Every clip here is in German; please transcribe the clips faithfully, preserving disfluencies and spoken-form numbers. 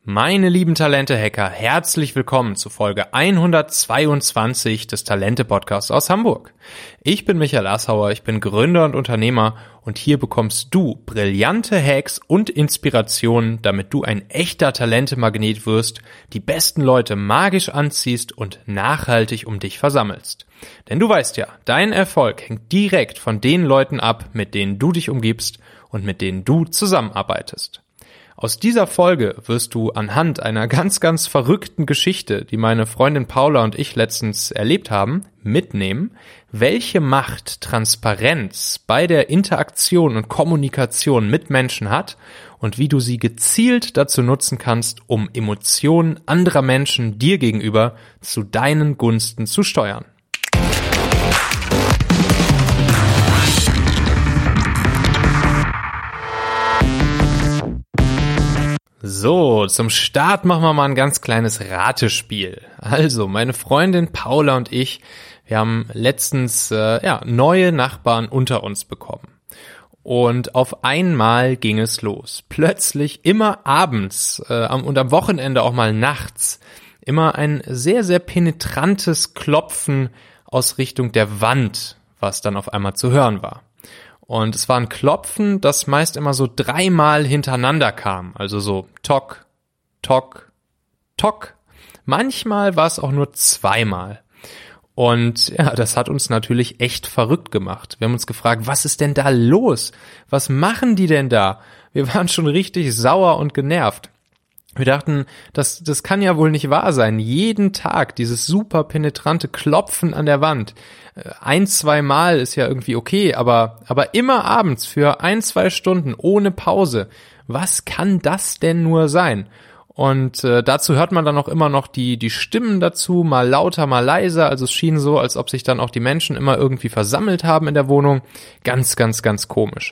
Meine lieben Talente-Hacker, herzlich willkommen zu Folge hundertzweiundzwanzig des Talente-Podcasts aus Hamburg. Ich bin Michael Assauer, ich bin Gründer und Unternehmer und hier bekommst du brillante Hacks und Inspirationen, damit du ein echter Talente-Magnet wirst, die besten Leute magisch anziehst und nachhaltig um dich versammelst. Denn du weißt ja, dein Erfolg hängt direkt von den Leuten ab, mit denen du dich umgibst und mit denen du zusammenarbeitest. Aus dieser Folge wirst du anhand einer ganz, ganz verrückten Geschichte, die meine Freundin Paula und ich letztens erlebt haben, mitnehmen, welche Macht Transparenz bei der Interaktion und Kommunikation mit Menschen hat und wie du sie gezielt dazu nutzen kannst, um Emotionen anderer Menschen dir gegenüber zu deinen Gunsten zu steuern. So, zum Start machen wir mal ein ganz kleines Ratespiel. Also, meine Freundin Paula und ich, wir haben letztens äh, ja, neue Nachbarn unter uns bekommen. Und auf einmal ging es los. Plötzlich immer abends äh, und am Wochenende auch mal nachts immer ein sehr, sehr penetrantes Klopfen aus Richtung der Wand, was dann auf einmal zu hören war. Und es war ein Klopfen, das meist immer so dreimal hintereinander kam. Also so Tok, Tok, Tok. Manchmal war es auch nur zweimal. Und ja, das hat uns natürlich echt verrückt gemacht. Wir haben uns gefragt, was ist denn da los? Was machen die denn da? Wir waren schon richtig sauer und genervt. Wir dachten, das, das kann ja wohl nicht wahr sein. Jeden Tag dieses super penetrante Klopfen an der Wand. Ein, zwei Mal ist ja irgendwie okay, aber, aber immer abends für ein, zwei Stunden ohne Pause. Was kann das denn nur sein? Und äh, dazu hört man dann auch immer noch die, die Stimmen dazu, mal lauter, mal leiser. Also es schien so, als ob sich dann auch die Menschen immer irgendwie versammelt haben in der Wohnung. Ganz, ganz, ganz komisch.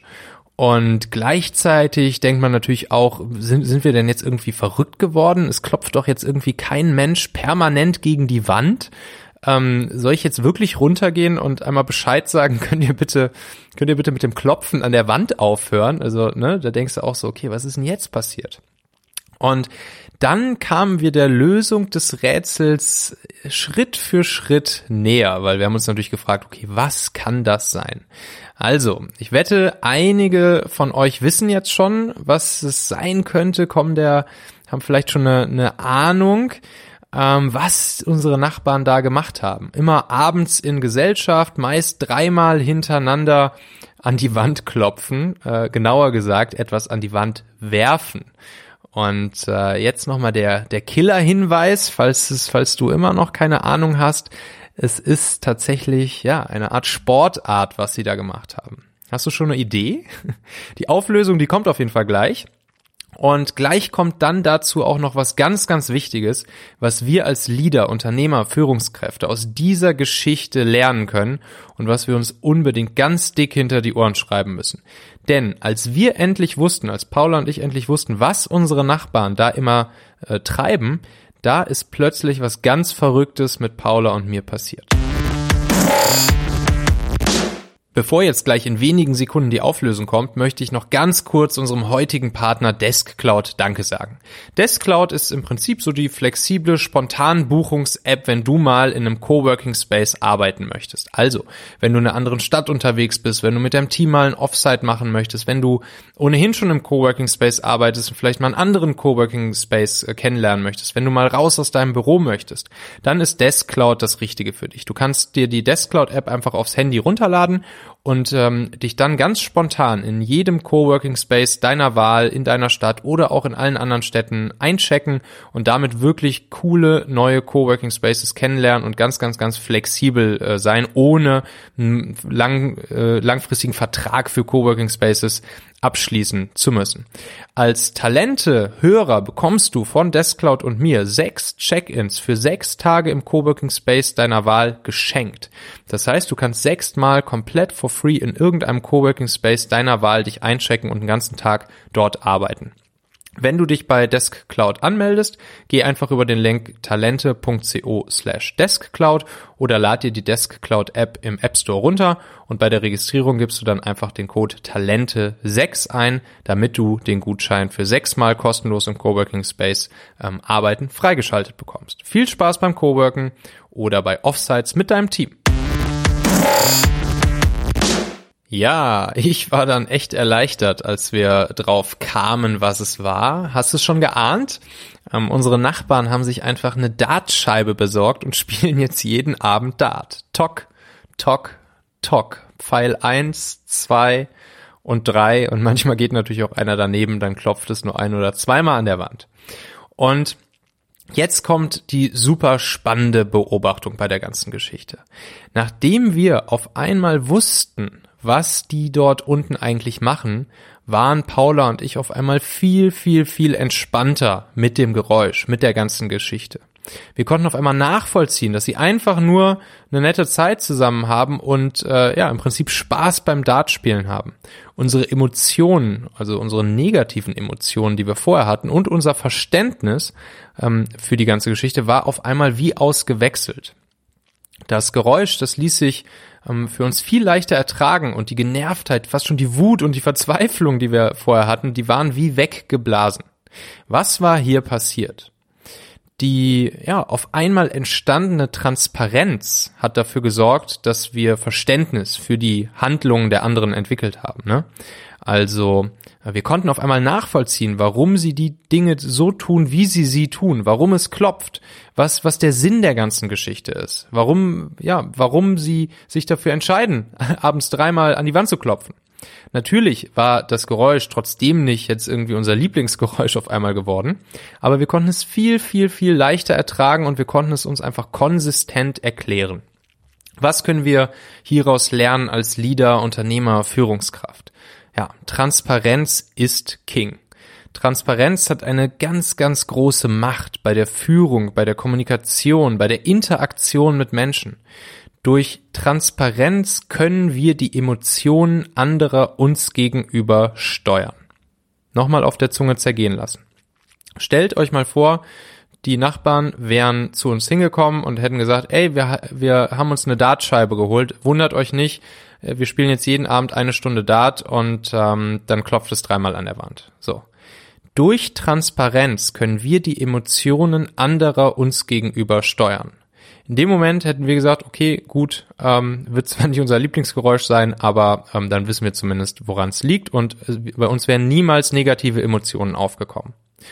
Und gleichzeitig denkt man natürlich auch, sind, sind wir denn jetzt irgendwie verrückt geworden? Es klopft doch jetzt irgendwie kein Mensch permanent gegen die Wand. Ähm, soll ich jetzt wirklich runtergehen und einmal Bescheid sagen, könnt ihr bitte, könnt ihr bitte mit dem Klopfen an der Wand aufhören? Also, ne, da denkst du auch so, okay, was ist denn jetzt passiert? Und dann kamen wir der Lösung des Rätsels Schritt für Schritt näher, weil wir haben uns natürlich gefragt, okay, was kann das sein? Also, ich wette, einige von euch wissen jetzt schon, was es sein könnte, kommen der, haben vielleicht schon eine, eine Ahnung, ähm, was unsere Nachbarn da gemacht haben. Immer abends in Gesellschaft, meist dreimal hintereinander an die Wand klopfen, äh, genauer gesagt, etwas an die Wand werfen. Und äh, jetzt nochmal der der Killer-Hinweis, falls es, falls du immer noch keine Ahnung hast. Es ist tatsächlich ja eine Art Sportart, was sie da gemacht haben. Hast du schon eine Idee? Die Auflösung, die kommt auf jeden Fall gleich. Und gleich kommt dann dazu auch noch was ganz, ganz Wichtiges, was wir als Leader, Unternehmer, Führungskräfte aus dieser Geschichte lernen können und was wir uns unbedingt ganz dick hinter die Ohren schreiben müssen. Denn als wir endlich wussten, als Paula und ich endlich wussten, was unsere Nachbarn da immer äh, treiben, da ist plötzlich was ganz Verrücktes mit Paula und mir passiert. Bevor jetzt gleich in wenigen Sekunden die Auflösung kommt, möchte ich noch ganz kurz unserem heutigen Partner DeskCloud Danke sagen. DeskCloud ist im Prinzip so die flexible Spontan-Buchungs-App, wenn du mal in einem Coworking Space arbeiten möchtest. Also, wenn du in einer anderen Stadt unterwegs bist, wenn du mit deinem Team mal ein Offsite machen möchtest, wenn du ohnehin schon im Coworking Space arbeitest und vielleicht mal einen anderen Coworking Space äh, kennenlernen möchtest, wenn du mal raus aus deinem Büro möchtest, dann ist DeskCloud das Richtige für dich. Du kannst dir die DeskCloud-App einfach aufs Handy runterladen und ähm, dich dann ganz spontan in jedem Coworking Space deiner Wahl in deiner Stadt oder auch in allen anderen Städten einchecken und damit wirklich coole neue Coworking Spaces kennenlernen und ganz, ganz, ganz flexibel äh, sein, ohne einen lang, äh, langfristigen Vertrag für Coworking Spaces abschließen zu müssen. Als Talente-Hörer bekommst du von DeskCloud und mir sechs Check-ins für sechs Tage im Coworking Space deiner Wahl geschenkt. Das heißt, du kannst sechsmal komplett for free in irgendeinem Coworking Space deiner Wahl dich einchecken und den ganzen Tag dort arbeiten. Wenn du dich bei DeskCloud anmeldest, geh einfach über den Link talente.co slash DeskCloud oder lad dir die DeskCloud-App im App Store runter und bei der Registrierung gibst du dann einfach den Code Talente sechs ein, damit du den Gutschein für sechsmal kostenlos im Coworking Space ähm, arbeiten freigeschaltet bekommst. Viel Spaß beim Coworken oder bei Offsites mit deinem Team. Ja, ich war dann echt erleichtert, als wir drauf kamen, was es war. Hast du es schon geahnt? Ähm, unsere Nachbarn haben sich einfach eine Dartscheibe besorgt und spielen jetzt jeden Abend Dart. Tock, Tock, Tock. Pfeil eins, zwei und drei und manchmal geht natürlich auch einer daneben, dann klopft es nur ein oder zweimal an der Wand. Und jetzt kommt die super spannende Beobachtung bei der ganzen Geschichte. Nachdem wir auf einmal wussten, was die dort unten eigentlich machen, waren Paula und ich auf einmal viel, viel, viel entspannter mit dem Geräusch, mit der ganzen Geschichte. Wir konnten auf einmal nachvollziehen, dass sie einfach nur eine nette Zeit zusammen haben und äh, ja im Prinzip Spaß beim Dartspielen haben. Unsere Emotionen, also unsere negativen Emotionen, die wir vorher hatten und unser Verständnis ähm, für die ganze Geschichte war auf einmal wie ausgewechselt. Das Geräusch, das ließ sich ähm, für uns viel leichter ertragen und die Genervtheit, fast schon die Wut und die Verzweiflung, die wir vorher hatten, die waren wie weggeblasen. Was war hier passiert? Die ja auf einmal entstandene Transparenz hat dafür gesorgt, dass wir Verständnis für die Handlungen der anderen entwickelt haben, ne? Also wir konnten auf einmal nachvollziehen, warum sie die Dinge so tun, wie sie sie tun, warum es klopft, was was der Sinn der ganzen Geschichte ist, warum ja, warum sie sich dafür entscheiden, abends dreimal an die Wand zu klopfen. Natürlich war das Geräusch trotzdem nicht jetzt irgendwie unser Lieblingsgeräusch auf einmal geworden, aber wir konnten es viel, viel, viel leichter ertragen und wir konnten es uns einfach konsistent erklären. Was können wir hieraus lernen als Leader, Unternehmer, Führungskraft? Ja, Transparenz ist King. Transparenz hat eine ganz, ganz große Macht bei der Führung, bei der Kommunikation, bei der Interaktion mit Menschen. Durch Transparenz können wir die Emotionen anderer uns gegenüber steuern. Nochmal auf der Zunge zergehen lassen. Stellt euch mal vor, die Nachbarn wären zu uns hingekommen und hätten gesagt, ey, wir, wir haben uns eine Dartscheibe geholt, wundert euch nicht, wir spielen jetzt jeden Abend eine Stunde Dart und ähm, dann klopft es dreimal an der Wand. So. Durch Transparenz können wir die Emotionen anderer uns gegenüber steuern. In dem Moment hätten wir gesagt, okay, gut, ähm, wird zwar nicht unser Lieblingsgeräusch sein, aber ähm, dann wissen wir zumindest, woran es liegt und äh, bei uns wären niemals negative Emotionen aufgekommen.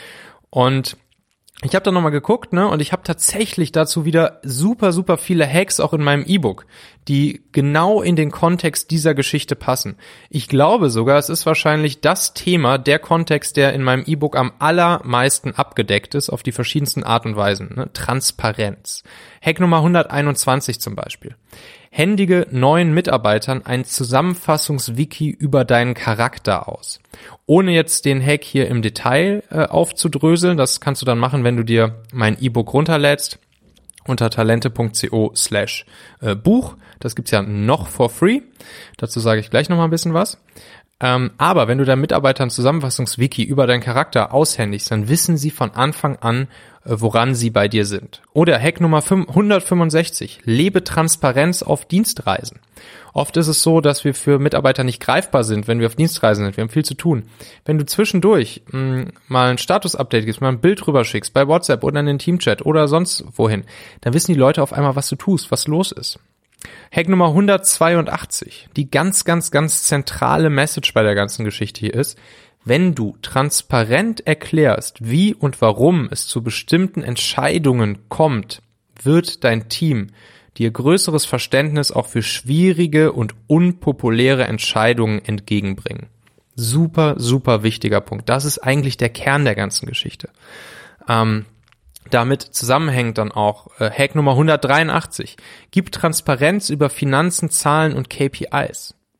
Und ich habe da nochmal geguckt, ne, und ich habe tatsächlich dazu wieder super, super viele Hacks auch in meinem E-Book, die genau in den Kontext dieser Geschichte passen. Ich glaube sogar, es ist wahrscheinlich das Thema, der Kontext, der in meinem E-Book am allermeisten abgedeckt ist, auf die verschiedensten Art und Weisen. Ne? Transparenz. Hack Nummer hunderteinundzwanzig zum Beispiel. Händige neuen Mitarbeitern ein Zusammenfassungswiki über deinen Charakter aus. Ohne jetzt den Hack hier im Detail äh, aufzudröseln, das kannst du dann machen, wenn du dir mein E-Book runterlädst unter talente.co slash Buch. Das gibt's ja noch for free. Dazu sage ich gleich nochmal ein bisschen was. Ähm, aber wenn du deinen Mitarbeitern Zusammenfassungswiki über deinen Charakter aushändigst, dann wissen sie von Anfang an, äh, woran sie bei dir sind. Oder Hack Nummer hundertfünfundsechzig, lebe Transparenz auf Dienstreisen. Oft ist es so, dass wir für Mitarbeiter nicht greifbar sind, wenn wir auf Dienstreisen sind. Wir haben viel zu tun. Wenn du zwischendurch mh, mal ein Status-Update gibst, mal ein Bild rüber schickst, bei WhatsApp oder in den Teamchat oder sonst wohin, dann wissen die Leute auf einmal, was du tust, was los ist. Hack Nummer hundertzweiundachtzig. Die ganz, ganz, ganz zentrale Message bei der ganzen Geschichte hier ist, wenn du transparent erklärst, wie und warum es zu bestimmten Entscheidungen kommt, wird dein Team dir größeres Verständnis auch für schwierige und unpopuläre Entscheidungen entgegenbringen. Super, super wichtiger Punkt. Das ist eigentlich der Kern der ganzen Geschichte. Ähm, Damit zusammenhängt dann auch äh, Hack Nummer hundertdreiundachtzig. Gib Transparenz über Finanzen, Zahlen und K P Is.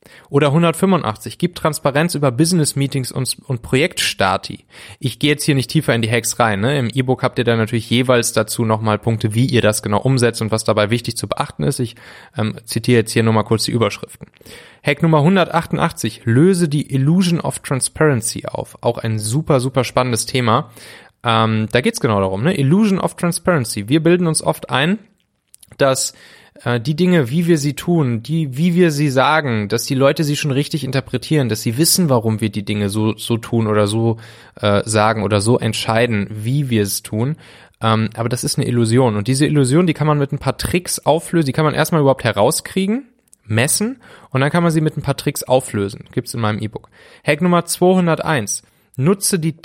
Oder hundertfünfundachtzig, gibt Transparenz über Business-Meetings und, und Projektstati. Ich gehe jetzt hier nicht tiefer in die Hacks rein. Ne? Im E-Book habt ihr dann natürlich jeweils dazu nochmal Punkte, wie ihr das genau umsetzt und was dabei wichtig zu beachten ist. Ich ähm, zitiere jetzt hier nur mal kurz die Überschriften. Hack Nummer hundertachtundachtzig, löse die Illusion of Transparency auf. Auch ein super, super spannendes Thema. Ähm, da geht's genau darum, ne? Illusion of Transparency. Wir bilden uns oft ein, dass die Dinge, wie wir sie tun, die, wie wir sie sagen, dass die Leute sie schon richtig interpretieren, dass sie wissen, warum wir die Dinge so so tun oder so äh, sagen oder so entscheiden, wie wir es tun. Ähm, aber das ist eine Illusion. Und diese Illusion, die kann man mit ein paar Tricks auflösen. Die kann man erstmal überhaupt herauskriegen, messen und dann kann man sie mit ein paar Tricks auflösen. Gibt's in meinem E-Book. Hack Nummer zweihunderteins. Nutze die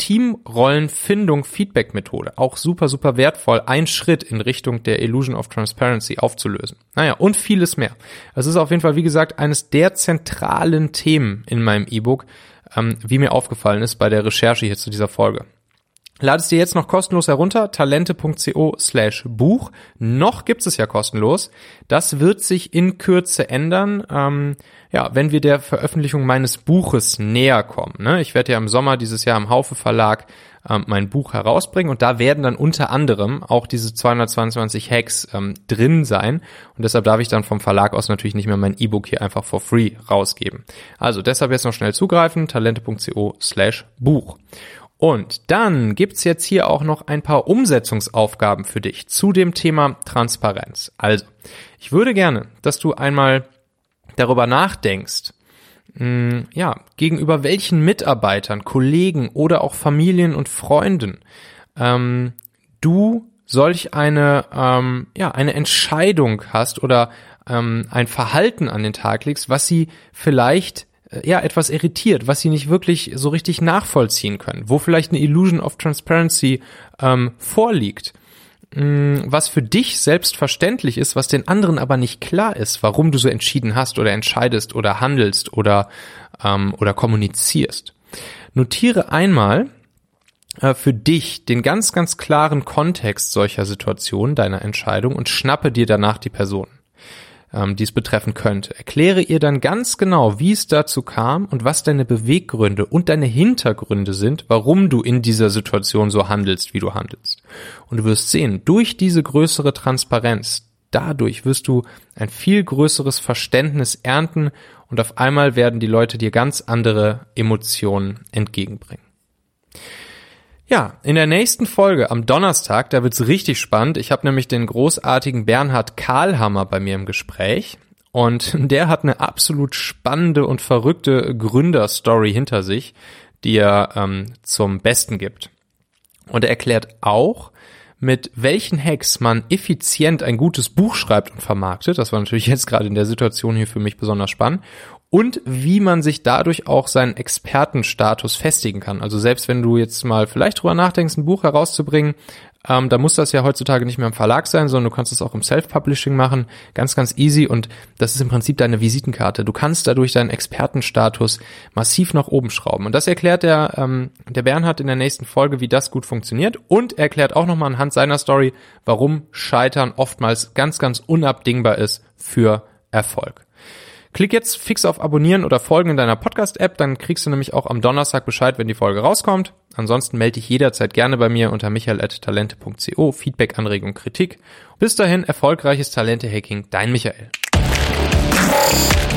Teamrollenfindung-Feedback-Methode. Auch super, super wertvoll, ein Schritt in Richtung der Illusion of Transparency aufzulösen. Naja, und vieles mehr. Das ist auf jeden Fall, wie gesagt, eines der zentralen Themen in meinem E-Book, ähm, wie mir aufgefallen ist bei der Recherche hier zu dieser Folge. Lade es dir jetzt noch kostenlos herunter, talente.co slash Buch. Noch gibt es ja kostenlos. Das wird sich in Kürze ändern, ähm, ja, wenn wir der Veröffentlichung meines Buches näher kommen. Ne? Ich werde ja im Sommer dieses Jahr im Haufe Verlag ähm, mein Buch herausbringen und da werden dann unter anderem auch diese zweihundertzweiundzwanzig Hacks ähm, drin sein und deshalb darf ich dann vom Verlag aus natürlich nicht mehr mein E-Book hier einfach for free rausgeben. Also deshalb jetzt noch schnell zugreifen, talente.co slash Buch. Und dann gibt's jetzt hier auch noch ein paar Umsetzungsaufgaben für dich zu dem Thema Transparenz. Also, ich würde gerne, dass du einmal darüber nachdenkst, mh, ja, gegenüber welchen Mitarbeitern, Kollegen oder auch Familien und Freunden ähm, du solch eine, ähm, ja, eine Entscheidung hast oder ähm, ein Verhalten an den Tag legst, was sie vielleicht ja, etwas irritiert, was sie nicht wirklich so richtig nachvollziehen können, wo vielleicht eine Illusion of Transparency ähm, vorliegt, mh, was für dich selbstverständlich ist, was den anderen aber nicht klar ist, warum du so entschieden hast oder entscheidest oder handelst oder ähm, oder kommunizierst. Notiere einmal äh, für dich den ganz, ganz klaren Kontext solcher Situationen, deiner Entscheidung und schnappe dir danach die Person, die es betreffen könnte. Erkläre ihr dann ganz genau, wie es dazu kam und was deine Beweggründe und deine Hintergründe sind, warum du in dieser Situation so handelst, wie du handelst. Und du wirst sehen, durch diese größere Transparenz, dadurch wirst du ein viel größeres Verständnis ernten und auf einmal werden die Leute dir ganz andere Emotionen entgegenbringen. Ja, in der nächsten Folge am Donnerstag, da wird's richtig spannend. Ich habe nämlich den großartigen Bernhard Kahlhammer bei mir im Gespräch und der hat eine absolut spannende und verrückte Gründerstory hinter sich, die er ähm, zum Besten gibt. Und er erklärt auch, mit welchen Hacks man effizient ein gutes Buch schreibt und vermarktet. Das war natürlich jetzt gerade in der Situation hier für mich besonders spannend. Und wie man sich dadurch auch seinen Expertenstatus festigen kann. Also selbst wenn du jetzt mal vielleicht drüber nachdenkst, ein Buch herauszubringen, ähm, da muss das ja heutzutage nicht mehr im Verlag sein, sondern du kannst es auch im Self-Publishing machen. Ganz, ganz easy und das ist im Prinzip deine Visitenkarte. Du kannst dadurch deinen Expertenstatus massiv nach oben schrauben. Und das erklärt der, ähm, der Bernhard in der nächsten Folge, wie das gut funktioniert. Und er erklärt auch nochmal anhand seiner Story, warum Scheitern oftmals ganz, ganz unabdingbar ist für Erfolg. Klick jetzt fix auf Abonnieren oder Folgen in deiner Podcast-App, dann kriegst du nämlich auch am Donnerstag Bescheid, wenn die Folge rauskommt. Ansonsten melde dich jederzeit gerne bei mir unter michael at talente punkt co, Feedback, Anregung, Kritik. Bis dahin, erfolgreiches Talente-Hacking, dein Michael.